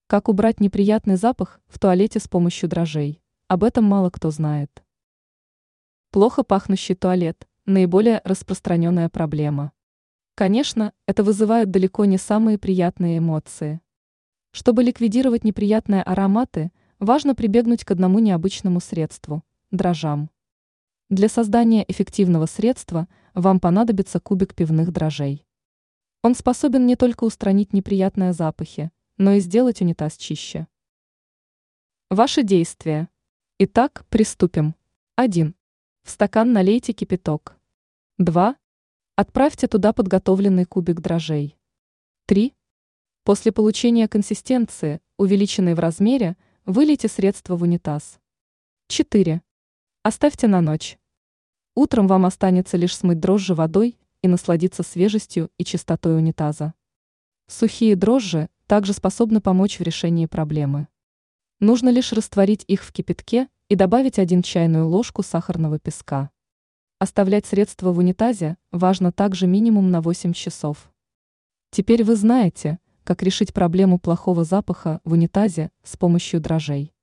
Как убрать неприятный запах в туалете с помощью дрожжей? Об этом мало кто знает. Плохо пахнущий туалет – наиболее распространенная проблема. Конечно, это вызывает далеко не самые приятные эмоции. Чтобы ликвидировать неприятные ароматы, важно прибегнуть к одному необычному средству – дрожжам. Для создания эффективного средства вам понадобится кубик пивных дрожжей. Он способен не только устранить неприятные запахи, но и сделать унитаз чище. Ваши действия. Итак, приступим. 1. В стакан налейте кипяток. 2. Отправьте туда подготовленный кубик дрожжей. 3. После получения консистенции, увеличенной в размере, вылейте средство в унитаз. 4. Оставьте на ночь. Утром вам останется лишь смыть дрожжи водой и насладиться свежестью и чистотой унитаза. Сухие дрожжи также способны помочь в решении проблемы. Нужно лишь растворить их в кипятке и добавить 1 чайную ложку сахарного песка. Оставлять средство в унитазе важно также минимум на 8 часов. Теперь вы знаете, как решить проблему плохого запаха в унитазе с помощью дрожжей.